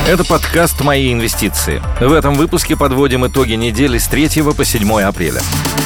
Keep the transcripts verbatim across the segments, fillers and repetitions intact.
Это подкаст «Мои инвестиции». В этом выпуске подводим итоги недели с третьего по седьмое апреля.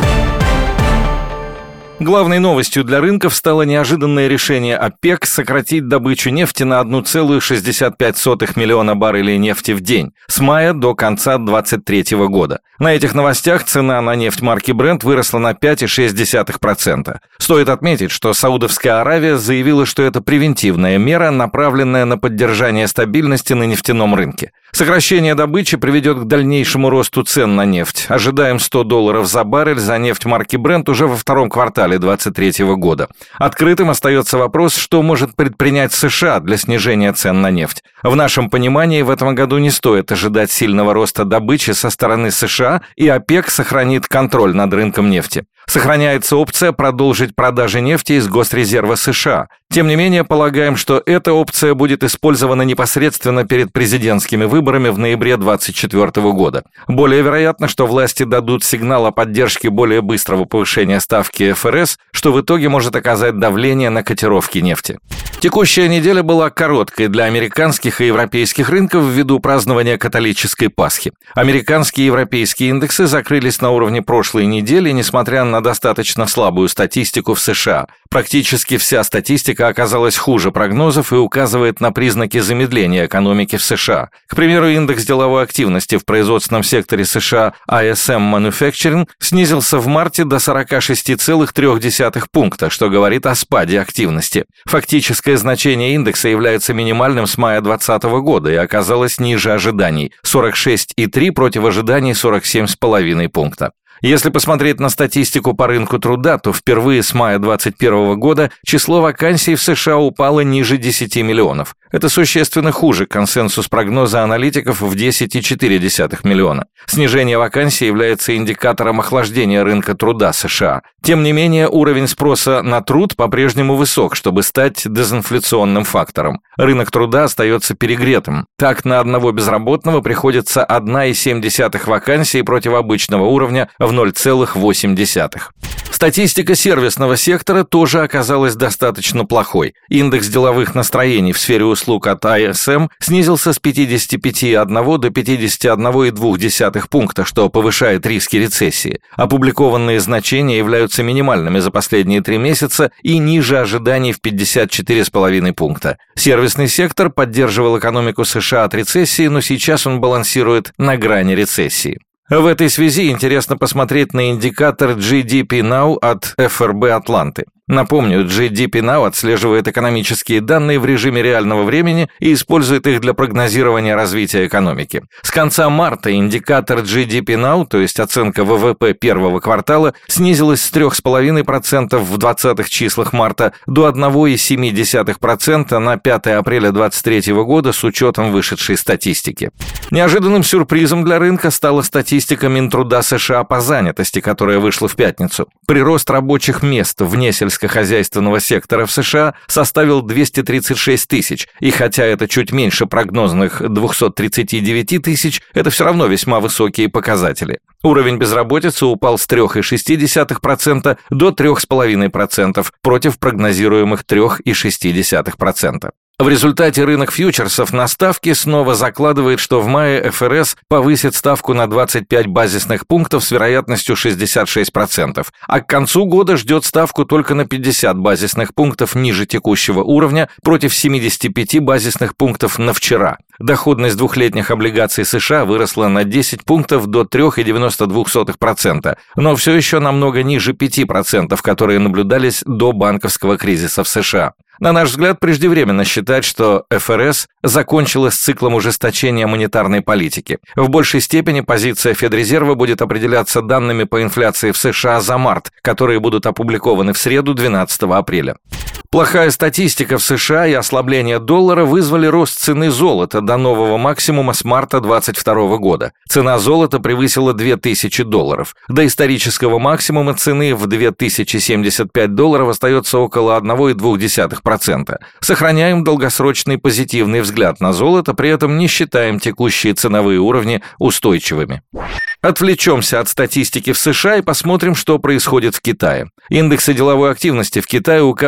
Главной новостью для рынков стало неожиданное решение ОПЕК сократить добычу нефти на одна целая шестьдесят пять сотых миллиона баррелей нефти в день с мая до конца двадцать третьего года. На этих новостях цена на нефть марки Brent выросла на пять целых шесть десятых процента. Стоит отметить, что Саудовская Аравия заявила, что это превентивная мера, направленная на поддержание стабильности на нефтяном рынке. Сокращение добычи приведет к дальнейшему росту цен на нефть. Ожидаем сто долларов за баррель за нефть марки Brent уже во втором квартале двадцать третьего года. Открытым остается вопрос, что может предпринять США для снижения цен на нефть. В нашем понимании в этом году не стоит ожидать сильного роста добычи со стороны США, и ОПЕК сохранит контроль над рынком нефти. Сохраняется опция продолжить продажи нефти из Госрезерва США. Тем не менее, полагаем, что эта опция будет использована непосредственно перед президентскими выборами в ноябре двадцать четвёртого года. Более вероятно, что власти дадут сигнал о поддержке более быстрого повышения ставки эф эр эс, что в итоге может оказать давление на котировки нефти. Текущая неделя была короткой для американских и европейских рынков ввиду празднования католической Пасхи. Американские и европейские индексы закрылись на уровне прошлой недели, несмотря на достаточно слабую статистику в США. Практически вся статистика оказалась хуже прогнозов и указывает на признаки замедления экономики в США. К примеру, индекс деловой активности в производственном секторе США ай эс эм Manufacturing снизился в марте до сорок шесть целых три десятых пункта, что говорит о спаде активности. Фактическое значение индекса является минимальным с мая двадцатого года и оказалось ниже ожиданий – сорок шесть целых три против ожиданий сорок семь целых пять пункта. Если посмотреть на статистику по рынку труда, то впервые с мая двадцать первого года число вакансий в США упало ниже десяти миллионов. Это существенно хуже консенсус прогноза аналитиков в десять целых четыре десятых миллиона. Снижение вакансий является индикатором охлаждения рынка труда США. Тем не менее, уровень спроса на труд по-прежнему высок, чтобы стать дезинфляционным фактором. Рынок труда остается перегретым. Так, на одного безработного приходится одна целая семь десятых вакансий против обычного уровня в ноль целых восемь десятых. Статистика сервисного сектора тоже оказалась достаточно плохой. Индекс деловых настроений в сфере услуг от ай эс эм снизился с пятидесяти пяти целых одного десятых до пятидесяти одного целых двух десятых пункта, что повышает риски рецессии. Опубликованные значения являются минимальными за последние три месяца и ниже ожиданий в пятьдесят четыре целых пять пункта. Сервисный сектор поддерживал экономику США от рецессии, но сейчас он балансирует на грани рецессии. В этой связи интересно посмотреть на индикатор джи ди пи Now от эф эр бэ Атланты. Напомню, джи ди пи Now отслеживает экономические данные в режиме реального времени и использует их для прогнозирования развития экономики. С конца марта индикатор джи ди пи Now, то есть оценка вэ вэ пэ первого квартала, снизилась с три целых пять десятых процента в двадцатых числах марта до одна целая семь десятых процента на пятое апреля двадцать третьего года с учетом вышедшей статистики. Неожиданным сюрпризом для рынка стала статистика Минтруда США по занятости, которая вышла в пятницу. Прирост рабочих мест вне сельскохозяйственного сектора в США составил двести тридцать шесть тысяч, и хотя это чуть меньше прогнозных двухсот тридцати девяти тысяч, это все равно весьма высокие показатели. Уровень безработицы упал с три целых шесть десятых процента до три целых пять десятых процента против прогнозируемых три целых шесть десятых процента. В результате рынок фьючерсов на ставке снова закладывает, что в мае эф эр эс повысит ставку на двадцать пять базисных пунктов с вероятностью шестьдесят шесть процентов, а к концу года ждет ставку только на пятьдесят базисных пунктов ниже текущего уровня против семидесяти пяти базисных пунктов на вчера. Доходность двухлетних облигаций США выросла на десять пунктов до три целых девяносто две сотых процента, но все еще намного ниже пяти процентов, которые наблюдались до банковского кризиса в США. На наш взгляд, преждевременно считать, что эф эр эс закончила с циклом ужесточения монетарной политики. В большей степени позиция Федрезерва будет определяться данными по инфляции в США за март, которые будут опубликованы в среду, двенадцатого апреля. Плохая статистика в США и ослабление доллара вызвали рост цены золота до нового максимума с марта двадцать второго года. Цена золота превысила две тысячи долларов. До исторического максимума цены в две тысячи семьдесят пять долларов остается около одна целая две десятых процента. Сохраняем долгосрочный позитивный взгляд на золото, при этом не считаем текущие ценовые уровни устойчивыми. Отвлечемся от статистики в США и посмотрим, что происходит в Китае. Индексы деловой активности в Китае указывают на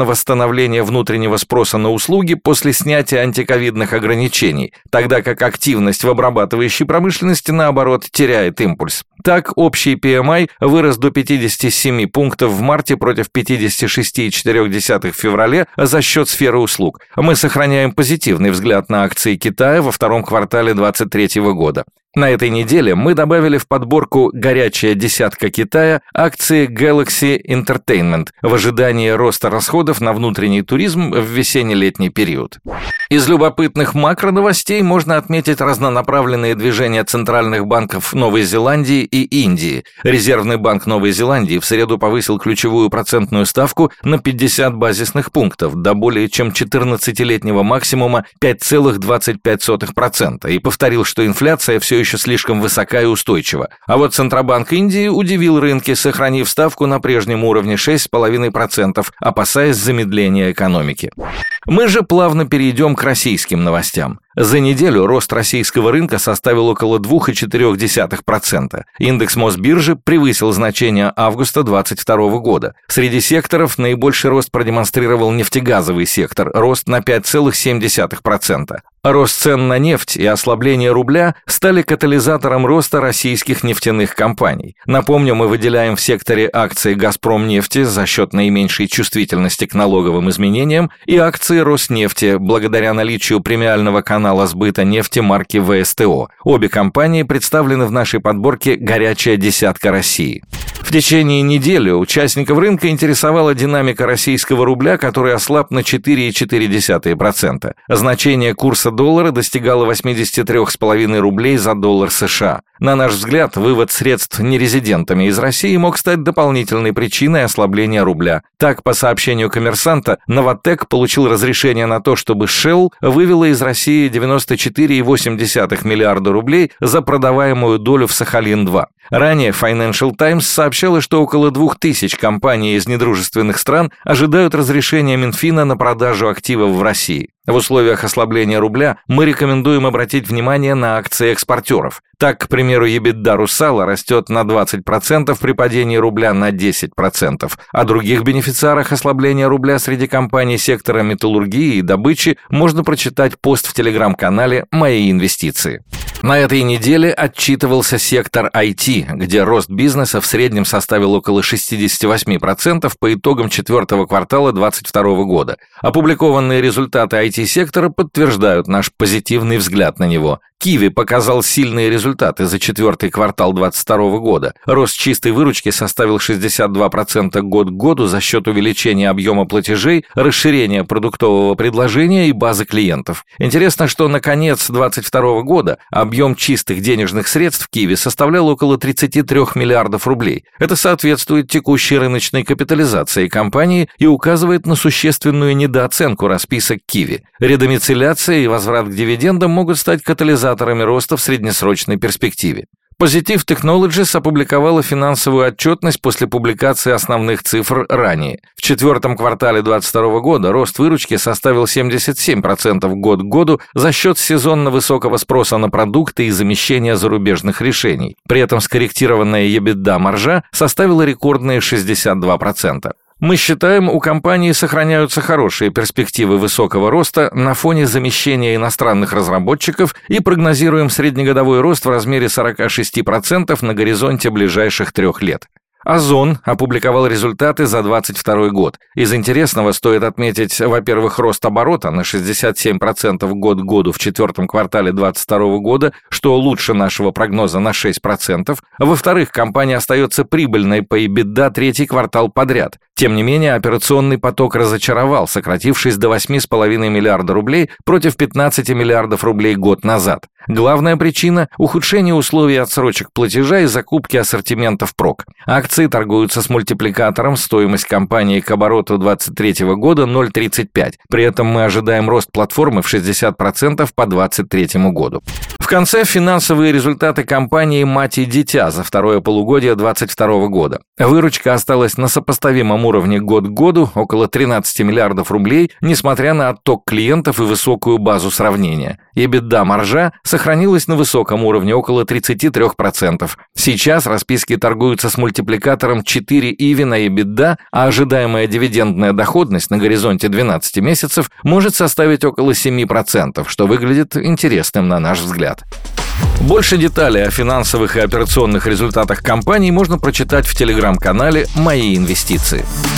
восстановление внутреннего спроса на услуги после снятия антиковидных ограничений, тогда как активность в обрабатывающей промышленности, наоборот, теряет импульс. Так, общий пи эм ай вырос до пятидесяти семи пунктов в марте против пятидесяти шести целых четырех десятых в феврале за счет сферы услуг. Мы сохраняем позитивный взгляд на акции Китая во втором квартале две тысячи двадцать третьего года. На этой неделе мы добавили в подборку «Горячая десятка Китая» акции Galaxy Entertainment в ожидании роста расходов на внутренний туризм в весенне-летний период. Из любопытных макроновостей можно отметить разнонаправленные движения центральных банков Новой Зеландии и Индии. Резервный банк Новой Зеландии в среду повысил ключевую процентную ставку на пятьдесят базисных пунктов до более чем четырнадцатилетнего максимума пять целых двадцать пять сотых процента и повторил, что инфляция все еще слишком высока и устойчива. А вот Центробанк Индии удивил рынки, сохранив ставку на прежнем уровне шесть целых пять десятых процента, опасаясь замедления экономики. Мы же плавно перейдем к российским новостям. За неделю рост российского рынка составил около две целых четыре десятых процента. Индекс Мосбиржи превысил значение августа две тысячи двадцать второго года. Среди секторов наибольший рост продемонстрировал нефтегазовый сектор, рост на пять целых семь десятых процента. Рост цен на нефть и ослабление рубля стали катализатором роста российских нефтяных компаний. Напомню, мы выделяем в секторе акции «Газпромнефти» за счет наименьшей чувствительности к налоговым изменениям и акции «Роснефти» благодаря наличию премиального канала сбыта нефти марки вэ эс тэ о. Обе компании представлены в нашей подборке «Горячая десятка России». В течение недели участников рынка интересовала динамика российского рубля, который ослаб на четыре целых четыре десятых процента. Значение курса доллара достигало восьмидесяти трёх целых пяти десятых рублей за доллар США. На наш взгляд, вывод средств нерезидентами из России мог стать дополнительной причиной ослабления рубля. Так, по сообщению «Коммерсанта», Новатэк получил разрешение на то, чтобы Shell вывела из России девяносто четыре целых восемь десятых миллиарда рублей за продаваемую долю в Сахалин два. Ранее Financial Times сообщала, что около двух тысяч компаний из недружественных стран ожидают разрешения Минфина на продажу активов в России. В условиях ослабления рубля мы рекомендуем обратить внимание на акции экспортеров. Так, к примеру, EBITDA Русала растет на двадцать процентов при падении рубля на десять процентов. О других бенефициарах ослабления рубля среди компаний сектора металлургии и добычи можно прочитать пост в телеграм-канале «Мои инвестиции». На этой неделе отчитывался сектор ай ти, где рост бизнеса в среднем составил около шестьдесят восемь процентов по итогам четвертого квартала две тысячи двадцать второго года. Опубликованные результаты ай ти-сектора подтверждают наш позитивный взгляд на него. Киви показал сильные результаты за четвертый квартал две тысячи двадцать второго года. Рост чистой выручки составил шестьдесят два процента год к году за счет увеличения объема платежей, расширения продуктового предложения и базы клиентов. Интересно, что на конец две тысячи двадцать второго года объем чистых денежных средств Киви составлял около тридцати трёх миллиардов рублей. Это соответствует текущей рыночной капитализации компании и указывает на существенную недооценку расписок Киви. Редомицеляция и возврат к дивидендам могут стать катализаторами роста в среднесрочной перспективе. Positive Technologies опубликовала финансовую отчетность после публикации основных цифр ранее. В четвертом квартале две тысячи двадцать второго года рост выручки составил семьдесят семь процентов год к году за счет сезонно высокого спроса на продукты и замещения зарубежных решений. При этом скорректированная EBITDA маржа составила рекордные шестьдесят два процента. Мы считаем, у компании сохраняются хорошие перспективы высокого роста на фоне замещения иностранных разработчиков и прогнозируем среднегодовой рост в размере сорок шесть процентов на горизонте ближайших трех лет. Озон опубликовал результаты за двадцать второй год. Из интересного стоит отметить, во-первых, рост оборота на шестьдесят семь процентов год к году в четвертом квартале двадцать второго года, что лучше нашего прогноза на шесть процентов. Во-вторых, компания остается прибыльной по EBITDA третий квартал подряд. Тем не менее, операционный поток разочаровал, сократившись до восьми целых пяти десятых миллиарда рублей против пятнадцати миллиардов рублей год назад. Главная причина – ухудшение условий отсрочек платежа и закупки ассортимента впрок. Акции торгуются с мультипликатором, стоимость компании к обороту двадцать третьего года ноль целых тридцать пять сотых. При этом мы ожидаем рост платформы в шестьдесят процентов по двадцать третьему году. В конце финансовые результаты компании «Мать и дитя» за второе полугодие двадцать второго года. Выручка осталась на сопоставимом уровне год к году, около тринадцать миллиардов рублей, несмотря на отток клиентов и высокую базу сравнения. EBITDA-маржа сохранилась на высоком уровне, около тридцать три процента. Сейчас расписки торгуются с мультипликатором четыре и ви на EBITDA, а ожидаемая дивидендная доходность на горизонте двенадцати месяцев может составить около семь процентов, что выглядит интересным на наш взгляд. Больше деталей о финансовых и операционных результатах компании можно прочитать в телеграм-канале «Мои инвестиции».